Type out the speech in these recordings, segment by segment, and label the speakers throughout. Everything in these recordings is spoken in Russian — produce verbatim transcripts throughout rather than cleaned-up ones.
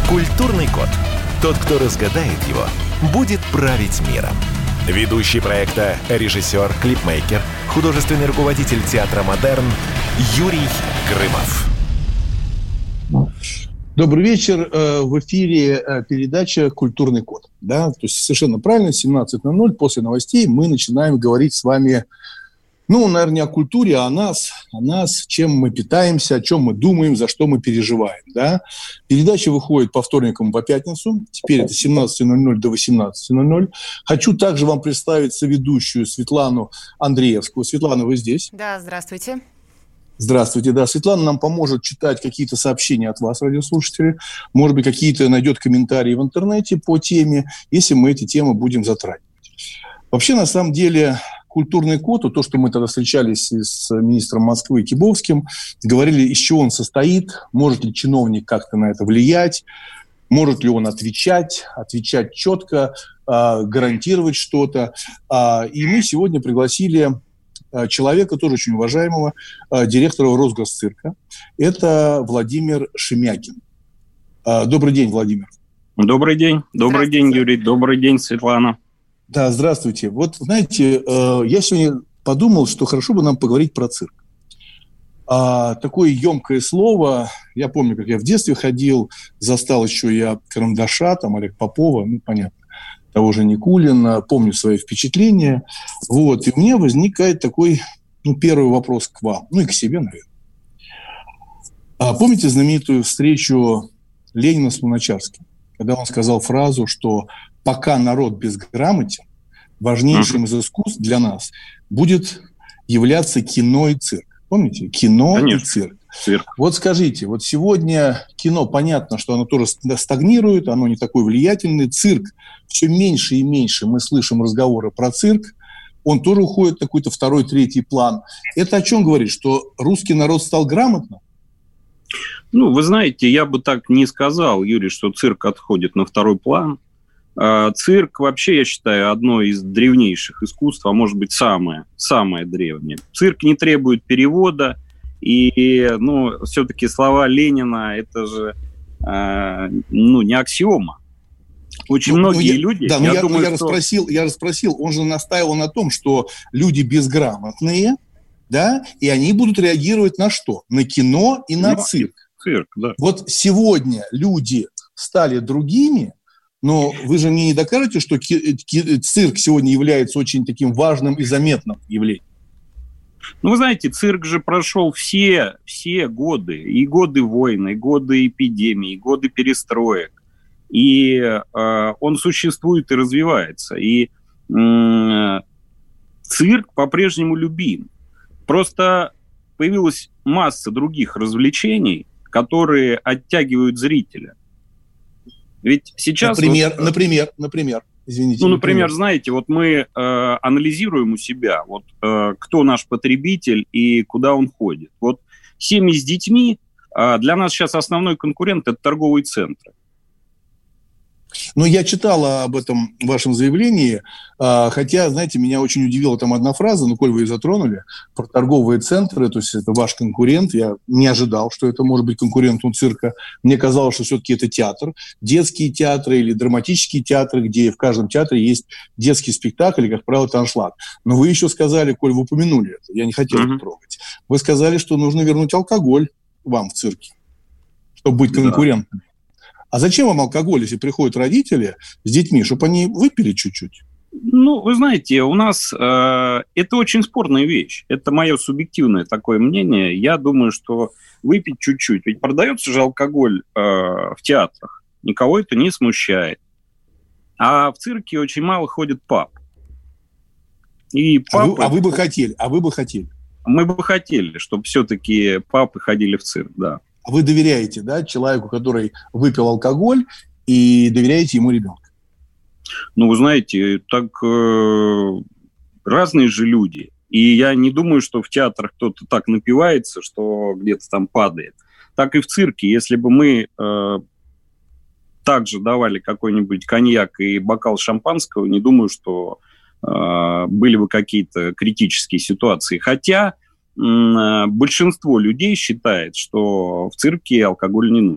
Speaker 1: Культурный код. Тот, кто разгадает его, будет править миром. Ведущий проекта, режиссер, клипмейкер, художественный руководитель театра «Модерн» Юрий Грымов.
Speaker 2: Добрый вечер. В эфире передача «Культурный код». Да? То есть совершенно правильно, семнадцать ноль ноль после новостей мы начинаем говорить с вами, ну, наверное, не о культуре, а о нас, о нас, чем мы питаемся, о чем мы думаем, за что мы переживаем. Да? Передача выходит по вторникам, по пятницу. Теперь это семнадцать ноль ноль до восемнадцать ноль ноль. Хочу также вам представить соведущую Светлану Андреевскую. Светлана, вы здесь?
Speaker 3: Да, здравствуйте.
Speaker 2: Здравствуйте. Да, Светлана нам поможет читать какие-то сообщения от вас, радиослушатели. Может быть, какие-то найдет комментарии в интернете по теме, если мы эти темы будем затрагивать. Вообще, на самом деле, культурный код, то, что мы тогда встречались с министром Москвы Кибовским, говорили, из чего он состоит, может ли чиновник как-то на это влиять, может ли он отвечать, отвечать четко, гарантировать что-то. И мы сегодня пригласили человека, тоже очень уважаемого, директора Росгосцирка. Это Владимир Шемякин. Добрый день, Владимир.
Speaker 4: Добрый день. Добрый день, Юрий. Добрый день, Светлана.
Speaker 2: Да, здравствуйте. Вот, знаете, я сегодня подумал, что хорошо бы нам поговорить про цирк. Такое емкое слово. Я помню, как я в детстве ходил, застал еще я Карандаша, там, Олег Попова, ну, понятно, того же Никулина, помню свои впечатления. Вот. И у меня возникает такой, ну, первый вопрос к вам, ну и к себе, наверное. А помните знаменитую встречу Ленина с Луначарским, когда он сказал фразу, что пока народ безграмотен, важнейшим из искусств для нас будет являться кино и цирк. Помните? Кино Конечно. и цирк. Цирк. Вот скажите, вот сегодня кино, понятно, что оно тоже стагнирует, оно не такое влиятельное. Цирк, все меньше и меньше мы слышим разговоры про цирк. Он тоже уходит в какой-то второй, третий план. Это о чем говорит? Что русский народ стал грамотным?
Speaker 4: Ну, вы знаете, я бы так не сказал, Юрий, что цирк отходит на второй план. Цирк вообще, я считаю, одно из древнейших искусств, а может быть самое, самое древнее. Цирк не требует перевода, и, ну, все-таки слова Ленина, это же, э, ну, не аксиома. Очень ну, многие ну, я, люди...
Speaker 2: Да, но я, я, думаю, я, что... расспросил, я расспросил, он же настаивал на том, что люди безграмотные, да, и они будут реагировать на что? На кино и на ну, цирк. Цирк, да. Вот сегодня люди стали другими, но вы же мне не докажете, что цирк сегодня является очень таким важным и заметным явлением?
Speaker 4: Ну, вы знаете, цирк же прошел все, все годы. И годы войны, и годы эпидемии, и годы перестроек. И э, он существует и развивается. И э, цирк по-прежнему любим. Просто появилась масса других развлечений, которые оттягивают зрителя. Ведь сейчас...
Speaker 2: Например,
Speaker 4: вот,
Speaker 2: например, например, извините.
Speaker 4: Ну, например, знаете, вот мы э, анализируем у себя, вот э, кто наш потребитель и куда он ходит. Вот семьи с детьми, э, для нас сейчас основной конкурент – это торговые центры.
Speaker 2: Ну, я читал об этом вашем заявлении, хотя, знаете, меня очень удивила там одна фраза, ну, коль вы ее затронули, про торговые центры, то есть это ваш конкурент, я не ожидал, что это может быть конкурентом цирка. Мне казалось, что все-таки это театр, детские театры или драматические театры, где в каждом театре есть детский спектакль, и, как правило, это аншлаг. Но вы еще сказали, коль вы упомянули это, я не хотел mm-hmm. это трогать, вы сказали, что нужно вернуть алкоголь вам в цирке, чтобы быть конкурентами. Да. А зачем вам алкоголь, если приходят родители с детьми, чтобы они выпили чуть-чуть?
Speaker 4: Ну, вы знаете, у нас э, это очень спорная вещь. Это мое субъективное такое мнение. Я думаю, что выпить чуть-чуть. Ведь продается же алкоголь э, в театрах. Никого это не смущает. А в цирке очень мало ходит пап. И папы...
Speaker 2: а, вы, а вы бы хотели? А вы бы хотели?
Speaker 4: Мы бы хотели, чтобы все-таки папы ходили в цирк, да.
Speaker 2: Вы доверяете, да, человеку, который выпил алкоголь, и доверяете ему ребенка?
Speaker 4: Ну, вы знаете, так э, разные же люди. И я не думаю, что в театрах кто-то так напивается, что где-то там падает. Так и в цирке. Если бы мы э, также давали какой-нибудь коньяк и бокал шампанского, не думаю, что э, были бы какие-то критические ситуации. Хотя большинство людей считает, что в цирке алкоголь не нужен.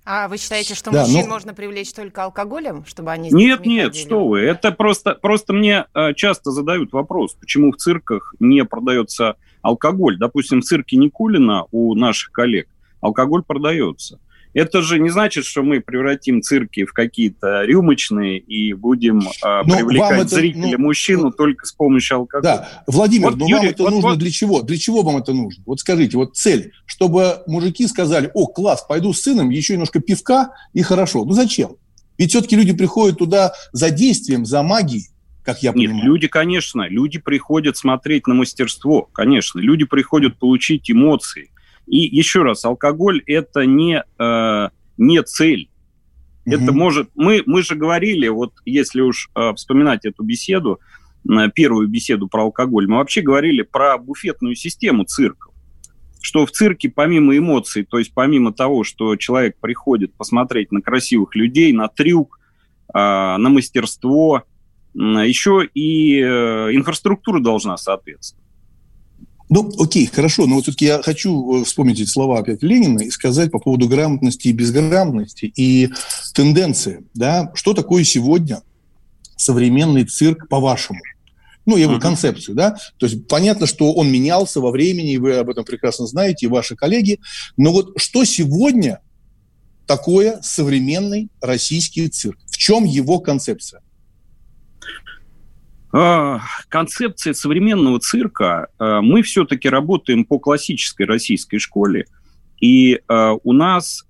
Speaker 3: А вы считаете, что
Speaker 2: да,
Speaker 3: мужчин
Speaker 2: но...
Speaker 3: можно привлечь только алкоголем, чтобы они с
Speaker 4: Нет,
Speaker 3: детьми
Speaker 4: нет,
Speaker 3: ходили?
Speaker 4: что вы. Это просто, просто мне э, часто задают вопрос, почему в цирках не продается алкоголь. Допустим, в цирке Никулина у наших коллег алкоголь продается. Это же не значит, что мы превратим цирки в какие-то рюмочные и будем э, привлекать это, зрителя ну, мужчину только с помощью алкоголя.
Speaker 2: Да, Владимир,
Speaker 4: вот,
Speaker 2: но
Speaker 4: Юрий,
Speaker 2: вам это
Speaker 4: вот,
Speaker 2: нужно
Speaker 4: вот.
Speaker 2: для чего? Для чего вам это нужно? Вот скажите, вот цель, чтобы мужики сказали: о, класс, пойду с сыном, еще немножко пивка и хорошо. Ну зачем? Ведь все-таки люди приходят туда за действием, за магией, как я
Speaker 4: Нет,
Speaker 2: понимаю.
Speaker 4: люди, конечно, люди приходят смотреть на мастерство, конечно, люди приходят получить эмоции. И еще раз, алкоголь – это не, э, не цель. Угу. Это может... Мы, мы же говорили, вот если уж э, вспоминать эту беседу, э, первую беседу про алкоголь, мы вообще говорили про буфетную систему цирков. Что в цирке помимо эмоций, то есть помимо того, что человек приходит посмотреть на красивых людей, на трюк, э, на мастерство, э, еще и э, инфраструктура должна соответствовать.
Speaker 2: Ну, окей, хорошо, но вот все-таки я хочу вспомнить эти слова опять Ленина и сказать по поводу грамотности и безграмотности и тенденции, да, что такое сегодня современный цирк, по-вашему? Ну, я говорю, концепцию, да, то есть понятно, что он менялся во времени, и вы об этом прекрасно знаете, и ваши коллеги, но вот что сегодня такое современный российский цирк? В чем его концепция?
Speaker 4: Концепция современного цирка, мы все-таки работаем по классической российской школе, и у нас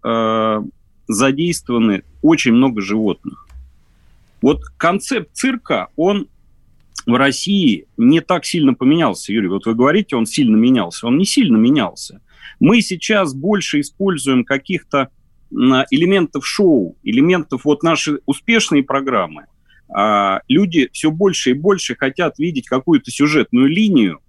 Speaker 4: задействованы очень много животных. Вот концепт цирка, он в России не так сильно поменялся, Юрий. Вот вы говорите, он сильно менялся. Он не сильно менялся. Мы сейчас больше используем каких-то элементов шоу, элементов вот нашей успешной программы. Люди все больше и больше хотят видеть какую-то сюжетную линию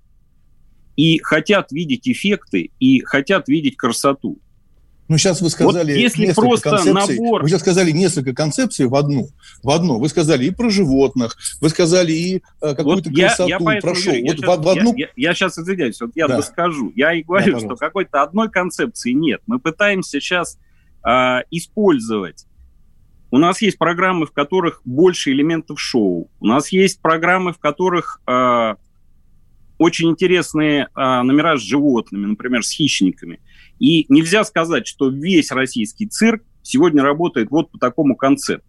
Speaker 4: и хотят видеть эффекты, и хотят видеть красоту.
Speaker 2: Ну, сейчас вы сказали,
Speaker 4: вот если
Speaker 2: несколько
Speaker 4: просто
Speaker 2: концепций.
Speaker 4: Набор...
Speaker 2: Вы сейчас сказали несколько концепций в одну. В одно. Вы сказали и про животных, вы сказали и э, какую-то вот красоту, я, я про шоу.
Speaker 4: Вот
Speaker 2: в, в одну...
Speaker 4: я, я, я сейчас извиняюсь, вот я да. доскажу. Я и говорю, да, что какой-то одной концепции нет. Мы пытаемся сейчас э, использовать. У нас есть программы, в которых больше элементов шоу. У нас есть программы, в которых э, очень интересные э, номера с животными, например, с хищниками. И нельзя сказать, что весь российский цирк сегодня работает вот по такому концепту.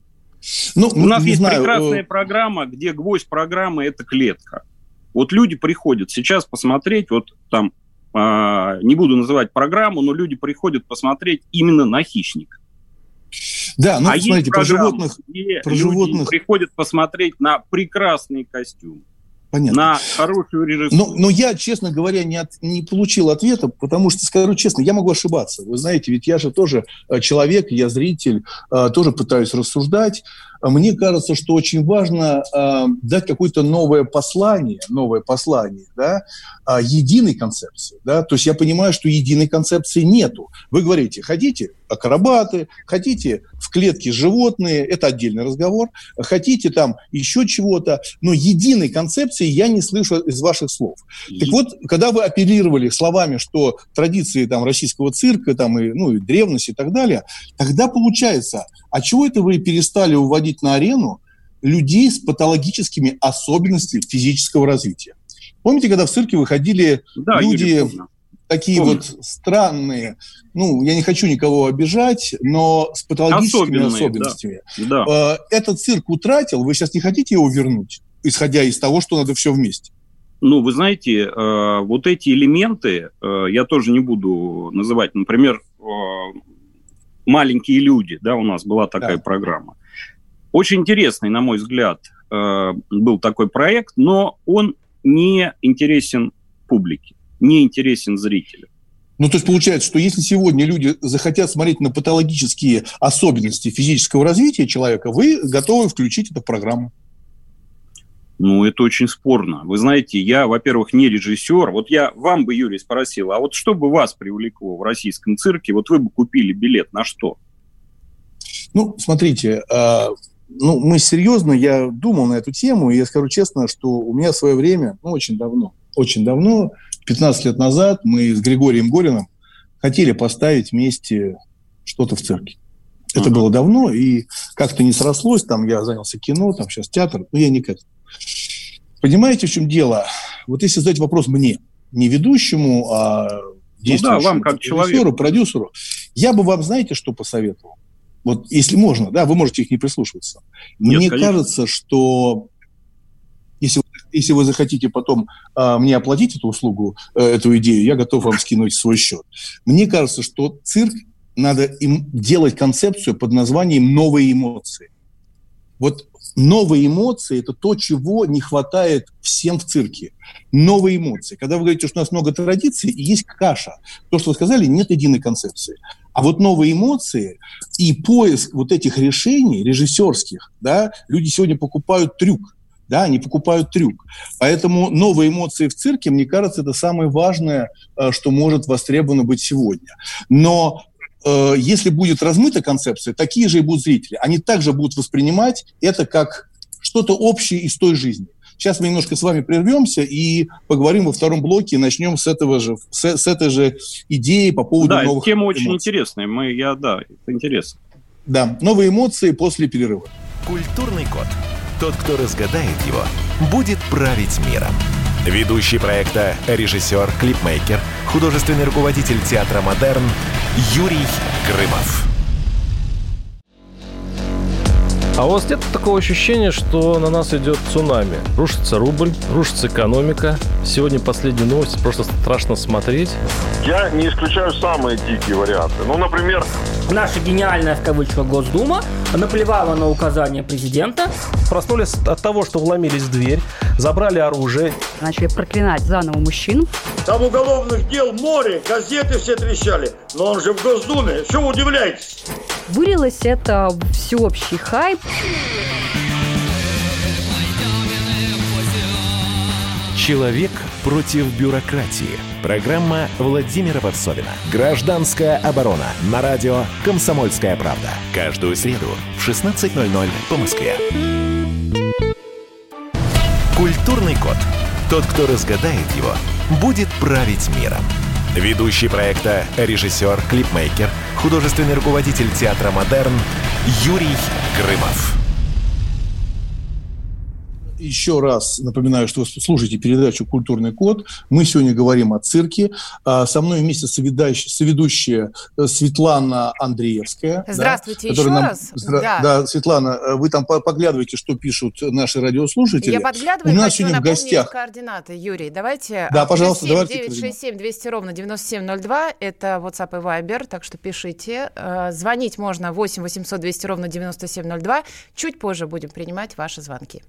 Speaker 4: Ну, У нас есть знаю. прекрасная программа, где гвоздь программы – это клетка. Вот люди приходят сейчас посмотреть, вот там, э, не буду называть программу, но люди приходят посмотреть именно на хищника.
Speaker 2: Да, ну,
Speaker 4: а
Speaker 2: смотрите, про животных,
Speaker 4: где
Speaker 2: про
Speaker 4: люди
Speaker 2: животных
Speaker 4: приходят посмотреть на прекрасные костюмы.
Speaker 2: Понятно.
Speaker 4: На хорошую режиссуру.
Speaker 2: Но, но я, честно говоря, не, от, не получил ответа, потому что, скажу честно, я могу ошибаться. Вы знаете, ведь я же тоже человек, я зритель, тоже пытаюсь рассуждать. Мне кажется, что очень важно э, дать какое-то новое послание, новое послание, да, э, единой концепции, да, то есть я понимаю, что единой концепции нету. Вы говорите, хотите акробаты, хотите в клетке животные, это отдельный разговор, хотите там еще чего-то, но единой концепции я не слышу из ваших слов. И... Так вот, когда вы апеллировали словами, что традиции там российского цирка, там и, ну, и древность и так далее, тогда получается, а чего это вы перестали уводить на арену людей с патологическими особенностями физического развития? Помните, когда в цирке выходили да, люди Юрий, такие помню. вот странные, ну, я не хочу никого обижать, но с патологическими особенностями. Да. Да. Этот цирк утратил, вы сейчас не хотите его вернуть, исходя из того, что надо все вместе?
Speaker 4: Ну, вы знаете, вот эти элементы, я тоже не буду называть, например, «Маленькие люди», да, у нас была такая да. программа. Очень интересный, на мой взгляд, был такой проект, но он не интересен публике, не интересен зрителю.
Speaker 2: Ну, то есть получается, что если сегодня люди захотят смотреть на патологические особенности физического развития человека, вы готовы включить эту программу?
Speaker 4: Ну, это очень спорно. Вы знаете, я, во-первых, не режиссер. Вот я вам бы, Юрий, спросил, а вот что бы вас привлекло в российском цирке? Вот вы бы купили билет на что?
Speaker 2: Ну, смотрите, э, ну, мы серьезно, я думал на эту тему, и я скажу честно, что у меня в свое время, ну, очень давно, очень давно, пятнадцать лет назад, мы с Григорием Гориным хотели поставить вместе что-то в цирке. Это uh-huh. было давно, и как-то не срослось, там я занялся кино, там сейчас театр, но я никак. Понимаете, в чем дело? Вот если задать вопрос мне, не ведущему, а действующему, ну да, вам как режиссеру, продюсеру, я бы вам, знаете, что посоветовал? Вот если можно, да, вы можете их не прислушиваться. Нет, мне конечно. кажется, что если, если вы захотите потом а, мне оплатить эту услугу, э, эту идею, я готов вам скинуть свой счет. Мне кажется, что цирк надо им делать концепцию под названием «Новые эмоции». Вот новые эмоции – это то, чего не хватает всем в цирке. Новые эмоции. Когда вы говорите, что у нас много традиций, и есть каша. То, что вы сказали, нет единой концепции. А вот новые эмоции и поиск вот этих решений режиссерских, да, люди сегодня покупают трюк. Да, они покупают трюк. Поэтому новые эмоции в цирке, мне кажется, это самое важное, что может востребовано быть сегодня. Но э, если будет размыта концепция, такие же и будут зрители. Они также будут воспринимать это как что-то общее из той жизни. Сейчас мы немножко с вами прервемся и поговорим во втором блоке, начнем с этого же, с, с этой же идеи по поводу
Speaker 4: да,
Speaker 2: новых эмоций. Да,
Speaker 4: тема очень интересная. Мы, я, да, это интересно.
Speaker 2: Да, новые эмоции после перерыва.
Speaker 1: Культурный код. Тот, кто разгадает его, будет править миром. Ведущий проекта, режиссер, клипмейкер, художественный руководитель театра «Модерн» Юрий Грымов.
Speaker 5: А у вас нет такого ощущения, что на нас идет цунами? Рушится рубль, рушится экономика. Сегодня последние новости, просто страшно смотреть.
Speaker 6: Я не исключаю самые дикие варианты. Ну, например...
Speaker 7: Наша гениальная, в кавычках, Госдума наплевала на указания президента.
Speaker 5: Проснулись от того, что вломились в дверь, забрали оружие.
Speaker 8: Начали проклинать заново мужчин.
Speaker 9: Там уголовных дел море, газеты все трещали. Но он же в Госдуме, что вы удивляетесь?
Speaker 8: Вылилось это в всеобщий хайп.
Speaker 1: Человек против бюрократии. Программа Владимира Варсовина. Гражданская оборона. На радио «Комсомольская правда». Каждую среду в шестнадцать ноль ноль по Москве. Культурный код. Тот, кто разгадает его, будет править миром. Ведущий проекта, режиссер, клипмейкер, художественный руководитель театра «Модерн» Юрий Грымов.
Speaker 2: Еще раз напоминаю, что вы слушаете передачу «Культурный код». Мы сегодня говорим о цирке. Со мной вместе соведущая Светлана Андреевская.
Speaker 3: Здравствуйте,
Speaker 2: да,
Speaker 3: еще
Speaker 2: нам...
Speaker 3: раз.
Speaker 2: Здра...
Speaker 3: Да.
Speaker 2: да, Светлана, вы там поглядываете, что пишут наши радиослушатели.
Speaker 3: Я подглядываю,
Speaker 2: У нас
Speaker 3: хочу
Speaker 2: сегодня в гостях
Speaker 3: координаты. Юрий, давайте.
Speaker 2: Да, пожалуйста, давайте.
Speaker 3: девять шесть семь двести ровно девяносто семь ноль два. Это WhatsApp и Viber, так что пишите. Звонить можно восемь восемьсот двести ровно девяносто семь ноль два. Чуть позже будем принимать ваши звонки.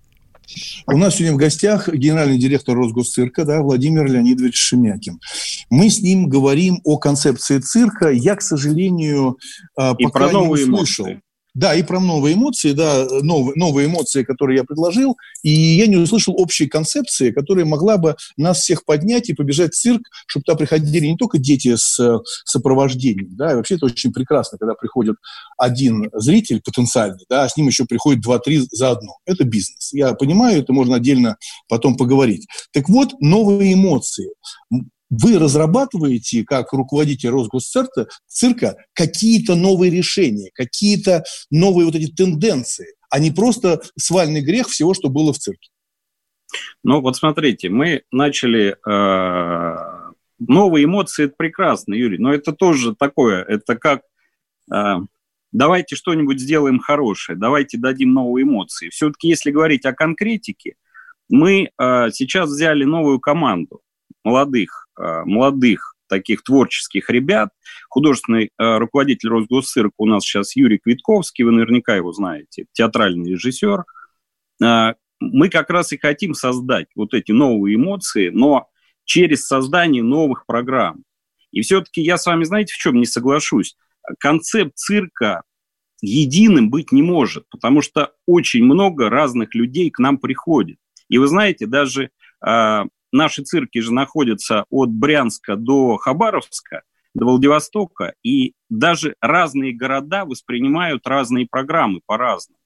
Speaker 2: У нас сегодня в гостях генеральный директор Росгосцирка, да, Владимир Леонидович Шемякин. Мы с ним говорим о концепции цирка. Я, к сожалению,
Speaker 4: и
Speaker 2: пока
Speaker 4: про
Speaker 2: не
Speaker 4: новые
Speaker 2: услышал.
Speaker 4: Эмоции.
Speaker 2: Да, и про новые эмоции, да, новые, новые эмоции, которые я предложил. И я не услышал общей концепции, которая могла бы нас всех поднять и побежать в цирк, чтобы туда приходили не только дети с сопровождением, да, и вообще это очень прекрасно, когда приходит один зритель потенциальный, да, а с ним еще приходит два-три заодно. Это бизнес. Я понимаю, это можно отдельно потом поговорить. Так вот, новые эмоции. Вы разрабатываете, как руководитель Росгосцирка, цирка, какие-то новые решения, какие-то новые вот эти тенденции, а не просто свальный грех всего, что было в цирке.
Speaker 4: Ну, вот смотрите, мы начали... Э, новые эмоции – это прекрасно, Юрий, но это тоже такое, это как... Э, давайте что-нибудь сделаем хорошее, давайте дадим новые эмоции. Все-таки, если говорить о конкретике, мы э, сейчас взяли новую команду молодых, молодых таких творческих ребят. Художественный э, руководитель Росгосцирка у нас сейчас Юрий Квитковский, вы наверняка его знаете, театральный режиссер. Э, мы как раз и хотим создать вот эти новые эмоции, но через создание новых программ. И все-таки я с вами, знаете, в чем не соглашусь? Концепт цирка единым быть не может, потому что очень много разных людей к нам приходит. И вы знаете, даже... Э, Наши цирки же находятся от Брянска до Хабаровска, до Владивостока, и даже разные города воспринимают разные программы по-разному.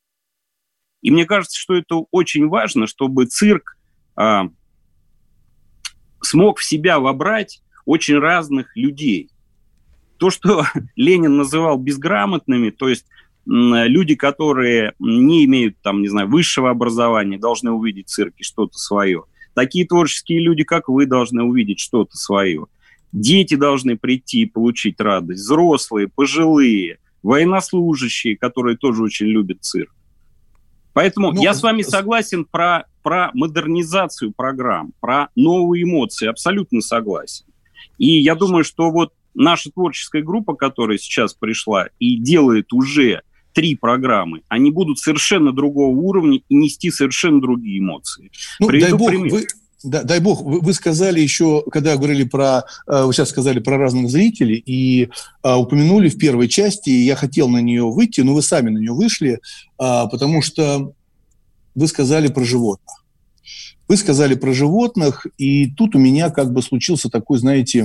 Speaker 4: И мне кажется, что это очень важно, чтобы цирк а, смог в себя вобрать очень разных людей. то, что Ленин называл безграмотными, то есть люди, которые не имеют, там, не знаю, высшего образования, должны увидеть в цирке что-то свое. Такие творческие люди, как вы, должны увидеть что-то свое. Дети должны прийти и получить радость. Взрослые, пожилые, военнослужащие, которые тоже очень любят цирк. Поэтому ну, я с вами согласен про, про модернизацию программ, про новые эмоции, абсолютно согласен. И я думаю, что вот наша творческая группа, которая сейчас пришла и делает уже три программы, они будут совершенно другого уровня и нести совершенно другие эмоции.
Speaker 2: Ну, дай бог, вы, да, дай бог, вы, вы сказали еще, когда говорили про, вы сейчас сказали про разных зрителей, и а, упомянули в первой части, и я хотел на нее выйти, но вы сами на нее вышли, а, потому что вы сказали про животных. Вы сказали про животных, и тут у меня как бы случился такой, знаете,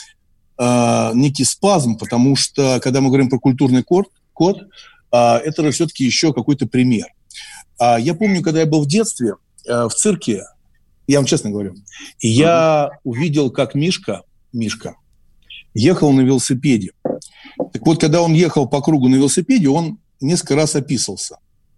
Speaker 2: а, некий спазм, потому что, когда мы говорим про культурный код, код это же все-таки еще какой-то пример. Я помню, когда я был в детстве в цирке, я вам честно говорю, и я uh-huh. увидел, как Мишка, Мишка ехал на велосипеде. Так вот, когда он ехал по кругу на велосипеде, он несколько раз описался.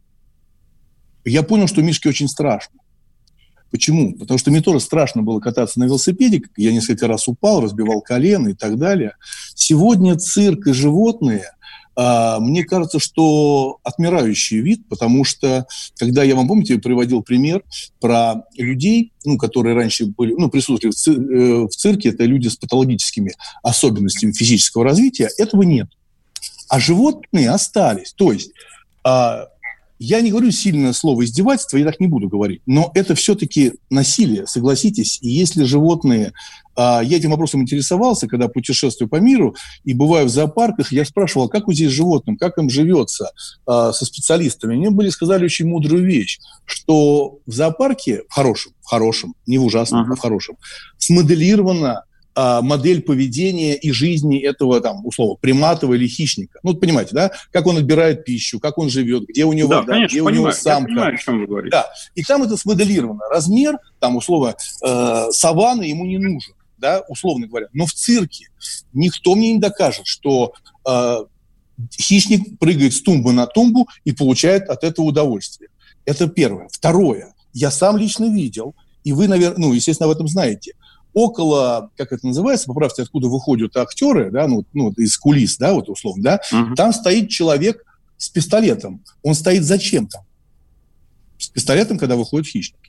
Speaker 2: Я понял, что Мишке очень страшно. Почему? Потому что мне тоже страшно было кататься на велосипеде. Я несколько раз упал, разбивал колено и так далее. Сегодня цирк и животные, мне кажется, что отмирающий вид, потому что, когда я вам, помните, приводил пример про людей, ну, которые раньше были, ну, присутствовали в, цир- в цирке, это люди с патологическими особенностями физического развития, этого нет. А животные остались. То есть, а, я не говорю сильное слово издевательство, я так не буду говорить, но это все-таки насилие, согласитесь. И если животные... Я этим вопросом интересовался, когда путешествую по миру, и бываю в зоопарках, я спрашивал, как у здесь животным, как им живется со специалистами. Мне были сказали очень мудрую вещь, что в зоопарке, в хорошем, в хорошем, не в ужасном, uh-huh. а в хорошем, смоделирована а, модель поведения и жизни этого, там, условно, приматова или хищника. Ну, понимаете, да? Как он отбирает пищу, как он живет, где у него
Speaker 4: да,
Speaker 2: вода,
Speaker 4: конечно,
Speaker 2: где
Speaker 4: понимаю.
Speaker 2: у него самка.
Speaker 4: Я понимаю, о чем вы говорите.
Speaker 2: Да. И там это смоделировано. Размер, там, условно, э, саванны ему не нужен. Да, условно говоря. Но в цирке никто мне не докажет, что э, хищник прыгает с тумбы на тумбу и получает от этого удовольствие. Это первое. Второе. Я сам лично видел, и вы, наверное, ну, естественно, об этом знаете, около, как это называется, поправьте, откуда выходят актеры, да, ну, ну из кулис, да, вот условно, да, uh-huh. там стоит человек с пистолетом. Он стоит зачем там? С пистолетом, когда выходят хищники.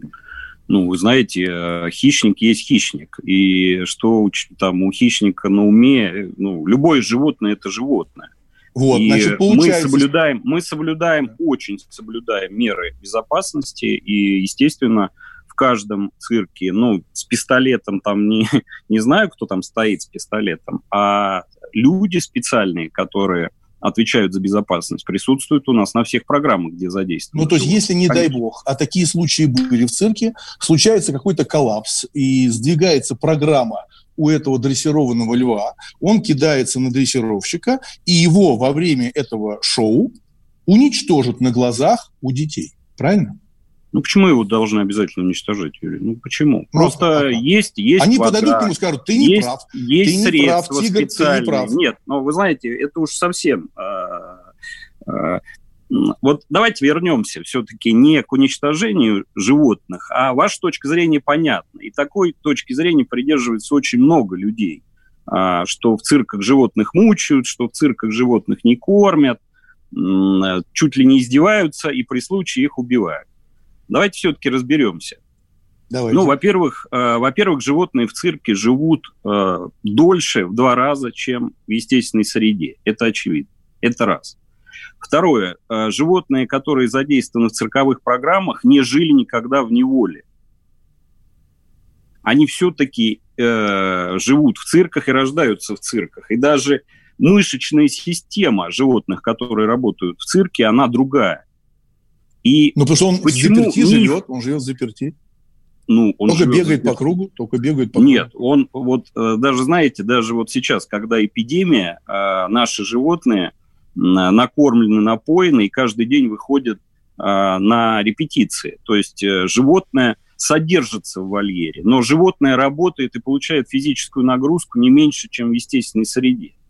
Speaker 4: Ну, вы знаете, хищник есть хищник. И что там у хищника на уме, ну, любое животное – это животное.
Speaker 2: Вот,
Speaker 4: и
Speaker 2: значит, получается...
Speaker 4: мы соблюдаем, мы соблюдаем, очень соблюдаем меры безопасности. И, естественно, в каждом цирке, ну, с пистолетом там не, не знаю, кто там стоит с пистолетом, а люди специальные, которые... отвечают за безопасность, присутствуют у нас на всех программах, где задействованы.
Speaker 2: Ну, то есть, если, не Конечно. дай бог, а такие случаи были в цирке, случается какой-то коллапс, и сдвигается программа у этого дрессированного льва, он кидается на дрессировщика, и его во время этого шоу уничтожат на глазах у детей. Правильно?
Speaker 4: Ну, почему его должны обязательно уничтожать, Юрий? Ну, почему? Ну, Просто а, есть, есть
Speaker 2: Они
Speaker 4: вода,
Speaker 2: подойдут к нему и скажут, ты не
Speaker 4: есть,
Speaker 2: прав.
Speaker 4: Есть
Speaker 2: ты не
Speaker 4: средства
Speaker 2: прав, тигр,
Speaker 4: специальные.
Speaker 2: Ты не прав.
Speaker 4: Нет, но вы знаете, это уж совсем... Э, э, вот давайте вернемся все-таки не к уничтожению животных, а ваша точка зрения понятна. И такой точки зрения придерживается очень много людей, э, что в цирках животных мучают, что в цирках животных не кормят, э, чуть ли не издеваются и при случае их убивают. Давайте все-таки разберемся. Давайте. Ну, во-первых, э, во-первых, животные в цирке живут э, дольше в два раза, чем в естественной среде. Это очевидно. Это раз. Второе. Э, животные, которые задействованы в цирковых программах, не жили никогда в неволе. Они все-таки э, живут в цирках и рождаются в цирках. И даже мышечная система животных, которые работают в цирке, она другая. И
Speaker 2: ну, потому что он в заперти живет, он живет в заперти.
Speaker 4: Ну, он
Speaker 2: только бегает
Speaker 4: заперти.
Speaker 2: по кругу, только бегает по кругу.
Speaker 4: Нет, он вот даже, знаете, даже вот сейчас, когда эпидемия, наши животные накормлены, напоены, и каждый день выходят на репетиции. То есть животное содержится в вольере, но животное работает и получает физическую нагрузку не меньше, чем в естественной среде.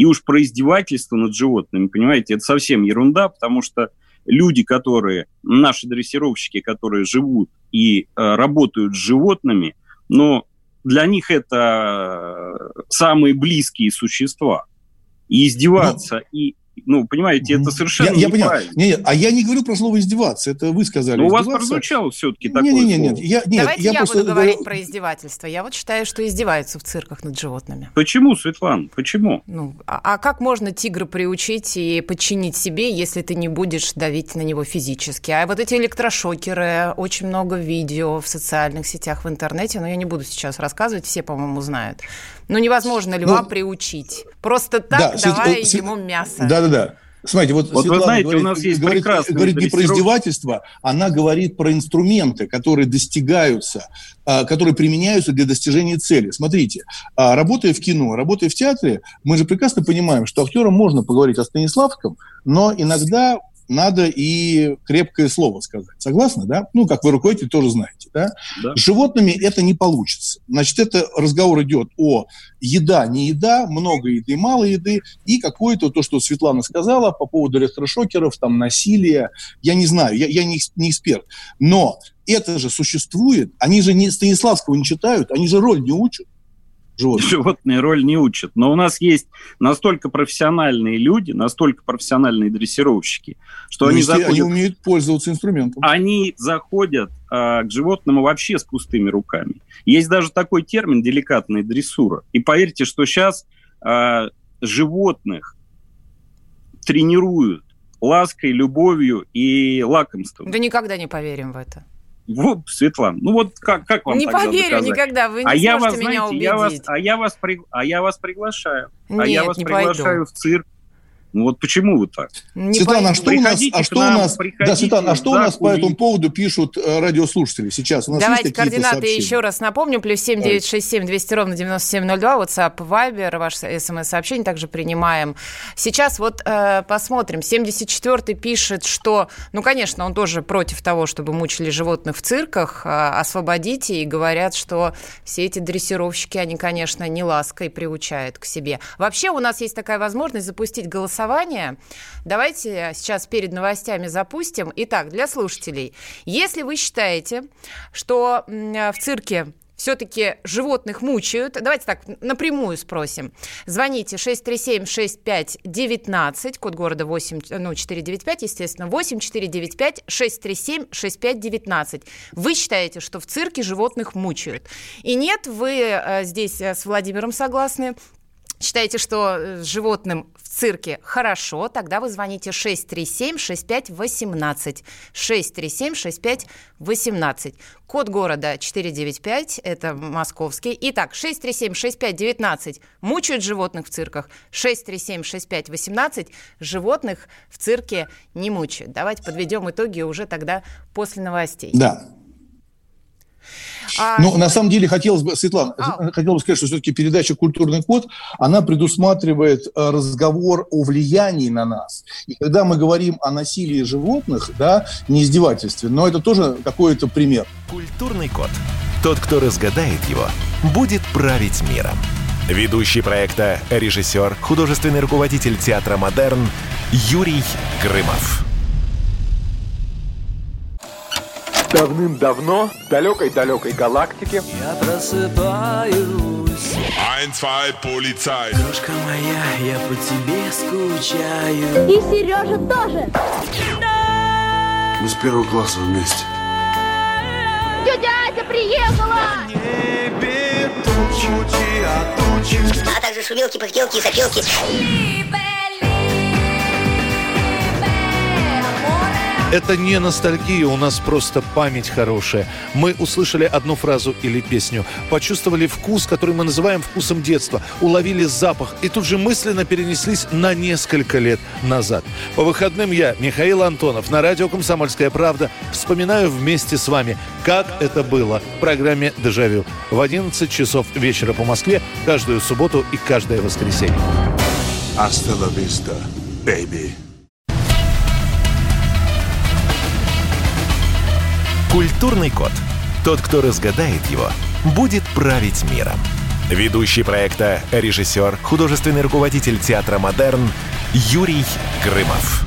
Speaker 4: И уж про издевательство над животными, понимаете, это совсем ерунда, потому что люди, которые, наши дрессировщики, которые живут и э, работают с животными, но для них это самые близкие существа. И издеваться, ну, и, ну, понимаете, это совершенно
Speaker 2: я, я
Speaker 4: неправильно.
Speaker 2: Нет, нет, а я не говорю про слово «издеваться», это вы сказали.
Speaker 4: Но у вас
Speaker 2: издеваться.
Speaker 4: прозвучало все-таки такое
Speaker 2: не, не, не,
Speaker 4: слово.
Speaker 2: Нет, я, нет,
Speaker 3: Давайте
Speaker 2: я,
Speaker 3: я
Speaker 2: просто
Speaker 3: буду говорить
Speaker 2: говорю...
Speaker 3: про издевательство. Я вот считаю, что издеваются в цирках над животными.
Speaker 4: Почему, Светлана, почему?
Speaker 3: Ну, а, а как можно тигра приучить и подчинить себе, если ты не будешь давить на него физически? А вот эти электрошокеры, очень много видео в социальных сетях, в интернете, но я не буду сейчас рассказывать, все, по-моему, знают. Но невозможно льва ну, приучить. Просто так, да, давая свет... ему мясо.
Speaker 2: Да-да-да. Смотрите, вот,
Speaker 4: вот
Speaker 2: Светлана
Speaker 4: вы знаете,
Speaker 2: говорит,
Speaker 4: у нас есть
Speaker 2: говорит, говорит не про издевательство, она говорит про инструменты, которые достигаются, которые применяются для достижения цели. Смотрите, работая в кино, работая в театре, мы же прекрасно понимаем, что актерам можно поговорить о Станиславском, но иногда надо и крепкое слово сказать. Согласны, да? Ну, как вы, руководитель, тоже знаете, да? Да. С животными это не получится. Значит, это разговор идет о еда, не еда, много еды, мало еды, и какое-то то, что Светлана сказала по поводу электрошокеров, там, насилия. Я не знаю, я, я не, не эксперт. Но это же существует. Они же не, Станиславского не читают, они же роль не учат. Животные.
Speaker 4: Животные роль не учат. Но у нас есть настолько профессиональные люди, настолько профессиональные дрессировщики, что
Speaker 2: ну,
Speaker 4: они заходят...
Speaker 2: Они умеют пользоваться инструментом.
Speaker 4: Они заходят а, к животному вообще с пустыми руками. Есть даже такой термин деликатная дрессура. И поверьте, что сейчас а, животных тренируют лаской, любовью и лакомством.
Speaker 3: Да никогда не поверим в это.
Speaker 4: Вот, Светлана, ну вот как, как вам
Speaker 3: не
Speaker 4: тогда
Speaker 3: поверю
Speaker 4: доказать?
Speaker 3: Никогда, вы не
Speaker 4: а
Speaker 3: сможете
Speaker 4: я вас,
Speaker 3: меня
Speaker 4: знаете,
Speaker 3: убедить.
Speaker 4: Я вас, а, я вас при, а я вас приглашаю.
Speaker 3: Нет,
Speaker 4: а я вас
Speaker 3: не
Speaker 4: приглашаю
Speaker 3: пойду.
Speaker 4: в цирк. Ну вот почему вы так?
Speaker 2: Не Светлана, а что у нас, а что у нас, да, Светлана, а что у нас по этому поводу пишут э, радиослушатели сейчас? У нас
Speaker 3: Давайте
Speaker 2: есть какие-то
Speaker 3: координаты
Speaker 2: сообщения?
Speaker 3: еще раз напомню. Плюс семь девятьсот шестьдесят семь двести ровно девяносто семь ноль два. WhatsApp, Viber, ваше смс-сообщение также принимаем. Сейчас вот э, посмотрим. семьдесят четвёртый пишет, что, ну, конечно, он тоже против того, чтобы мучили животных в цирках. Э, освободите. И говорят, что все эти дрессировщики, они, конечно, не лаской приучают к себе. Вообще у нас есть такая возможность запустить голосование. Давайте сейчас перед новостями запустим. Итак, для слушателей. Если вы считаете, что в цирке все-таки животных мучают, давайте так напрямую спросим. Звоните шесть три семь шесть пять девятнадцать, код города восемь, ну, четыре девять пять, естественно, восемь четыре девять пять шесть три семь шесть пять девятнадцать. Вы считаете, что в цирке животных мучают? И нет, вы э, здесь с Владимиром согласны? Считаете, что с животным в цирке хорошо, тогда вы звоните шесть три семь шесть пять восемнадцать. шесть три семь шесть пять восемнадцать. Код города четыре девять пять, это московский. Итак, шесть три семь шесть пять девятнадцать. Мучают животных в цирках. шесть три семь шесть пять восемнадцать. Животных в цирке не мучают. Давайте подведем итоги уже тогда после новостей.
Speaker 2: Да.
Speaker 3: А...
Speaker 2: Ну, на самом деле, хотелось бы, Светлана, а... хотелось бы сказать, что все-таки передача «Культурный код», она предусматривает разговор о влиянии на нас. И когда мы говорим о насилии животных, да, не издевательстве, но это тоже какой-то пример.
Speaker 1: «Культурный код». Тот, кто разгадает его, будет править миром. Ведущий проекта, режиссер, художественный руководитель театра «Модерн» Юрий Грымов.
Speaker 10: Давным-давно в далекой-далекой галактике
Speaker 11: я просыпаюсь.
Speaker 12: Ein, zwei, полицай.
Speaker 11: Дружка моя, я по тебе скучаю.
Speaker 13: И Сережа тоже.
Speaker 12: Мы с первого класса вместе.
Speaker 13: Тетя Ася приехала!
Speaker 11: Небе тучи, а тучи.
Speaker 14: А также шумелки, пыхтелки и сопелки.
Speaker 15: Это не ностальгия, у нас просто память хорошая. Мы услышали одну фразу или песню, почувствовали вкус, который мы называем вкусом детства, уловили запах и тут же мысленно перенеслись на несколько лет назад. По выходным я, Михаил Антонов, на радио «Комсомольская правда» вспоминаю вместе с вами, как это было в программе «Дежавю» в одиннадцать часов вечера по Москве каждую субботу и каждое воскресенье.
Speaker 12: Hasta la vista, baby.
Speaker 1: Культурный код. Тот, кто разгадает его, будет править миром. Ведущий проекта, режиссер, художественный руководитель театра «Модерн» Юрий Грымов.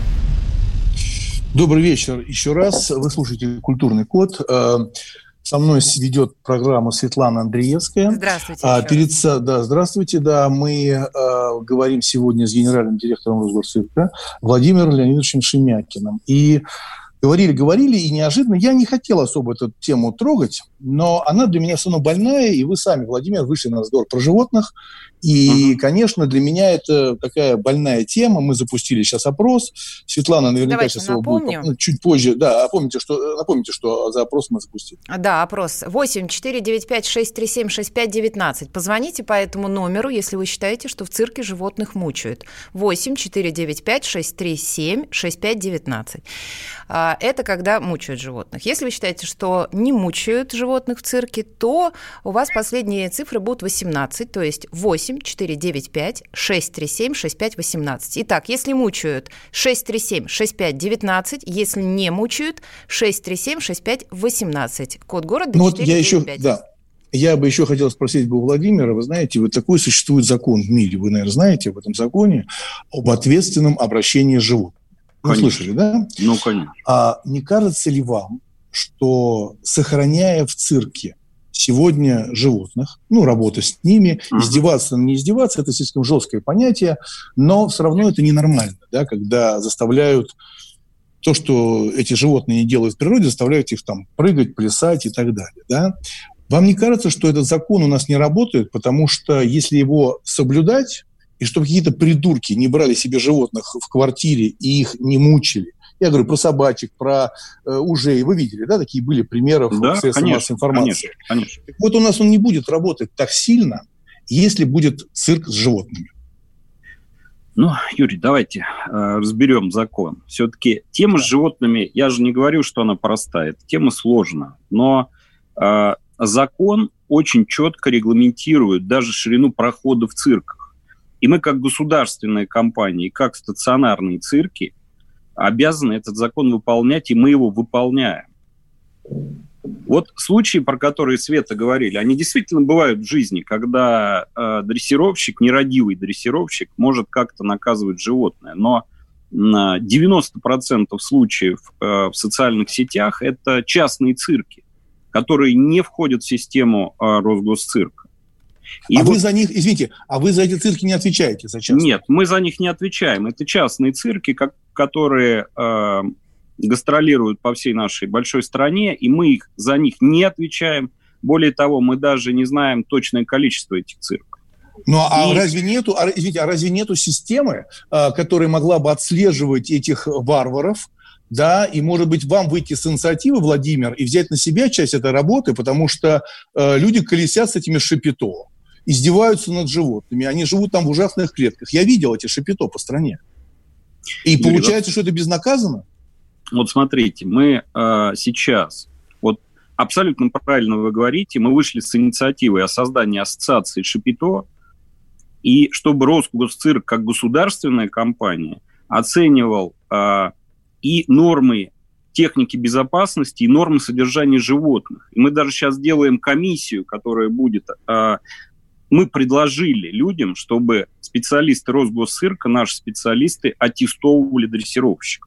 Speaker 2: Добрый вечер еще раз. Вы слушаете «Культурный код». Со мной ведет программу Светлана Андреевская.
Speaker 3: Здравствуйте.
Speaker 2: А, перед, да, здравствуйте. Да, мы а, говорим сегодня с генеральным директором Росгосцирка Владимиром Леонидовичем Шемякиным. И говорили-говорили, и неожиданно я не хотел особо эту тему трогать, но она для меня все равно больная, и вы сами, Владимир, вышли на разговор про животных. И, uh-huh. конечно, для меня это такая больная тема. Мы запустили сейчас опрос. Светлана наверняка
Speaker 3: Давайте
Speaker 2: сейчас
Speaker 3: напомню.
Speaker 2: его будет чуть позже. Да, напомните, что, напомните, что за опрос мы запустили.
Speaker 3: Да, опрос восемь четыре девять пять шесть три семь шесть пять девятнадцать. Позвоните по этому номеру, если вы считаете, что в цирке животных мучают. восемь четыре девять пять шесть три семь шесть пять девятнадцать. Это когда мучают животных. Если вы считаете, что не мучают животных в цирке, то у вас последние цифры будут восемнадцать, то есть восемь четыре девять пять шесть три семь шесть пять восемнадцать. Итак, если мучают, шесть три семь шесть пять девятнадцать, если не мучают, шесть три семь шесть пять восемнадцать. Код города
Speaker 2: ну вот я еще,
Speaker 3: пять.
Speaker 2: Да, я бы еще хотел спросить бы у Владимира, вы знаете, вот такой существует закон в мире, вы, наверное, знаете об этом законе, об ответственном обращении с животными. Вы слышали, да?
Speaker 4: Ну, конечно.
Speaker 2: А не кажется ли вам, что, сохраняя в цирке сегодня животных, ну, работа с ними, uh-huh. издеваться, не издеваться, это слишком жесткое понятие, но все равно это ненормально, да, когда заставляют то, что эти животные не делают в природе, заставляют их там прыгать, плясать и так далее, да. Вам не кажется, что этот закон у нас не работает, потому что если его соблюдать, и чтобы какие-то придурки не брали себе животных в квартире и их не мучили. Я говорю про собачек, про э, ужей. Вы видели, да, такие были примеры
Speaker 4: да,
Speaker 2: в средствах массовой информации.
Speaker 4: Конечно, конечно.
Speaker 2: Вот у нас он не будет работать так сильно, если будет цирк с животными.
Speaker 4: Ну, Юрий, давайте э, разберем закон. Все-таки тема с животными, я же не говорю, что она простая, эта тема сложная, но э, закон очень четко регламентирует даже ширину прохода в цирках. И мы, как государственная компания, как стационарные цирки, обязаны этот закон выполнять, и мы его выполняем. Вот случаи, про которые Света говорили, они действительно бывают в жизни, когда э, дрессировщик, нерадивый дрессировщик, может как-то наказывать животное. Но э, девяносто процентов случаев э, в социальных сетях – это частные цирки, которые не входят в систему э, Росгосцирка. И
Speaker 2: а
Speaker 4: вот...
Speaker 2: вы за них, извините, а вы за эти цирки не отвечаете? За частные?
Speaker 4: Нет, мы за них не отвечаем. Это частные цирки, как, которые э, гастролируют по всей нашей большой стране, и мы их, за них не отвечаем. Более того, мы даже не знаем точное количество этих цирков.
Speaker 2: Ну, а
Speaker 4: и...
Speaker 2: разве нету, а, извините, а разве нету системы, э, которая могла бы отслеживать этих варваров, да, и, может быть, вам выйти с инициативы, Владимир, и взять на себя часть этой работы, потому что э, люди колесят с этими шапито, издеваются над животными, они живут там в ужасных клетках. Я видел эти шапито по стране. И Юрий, получается, вот, что это безнаказанно?
Speaker 4: Вот смотрите, мы э, сейчас, вот абсолютно правильно вы говорите, мы вышли с инициативой о создании ассоциации шапито, и чтобы Росгосцирк как государственная компания оценивал э, и нормы техники безопасности, и нормы содержания животных. И мы даже сейчас делаем комиссию, которая будет... Э, мы предложили людям, чтобы специалисты Росгосцирка, наши специалисты, аттестовывали дрессировщиков.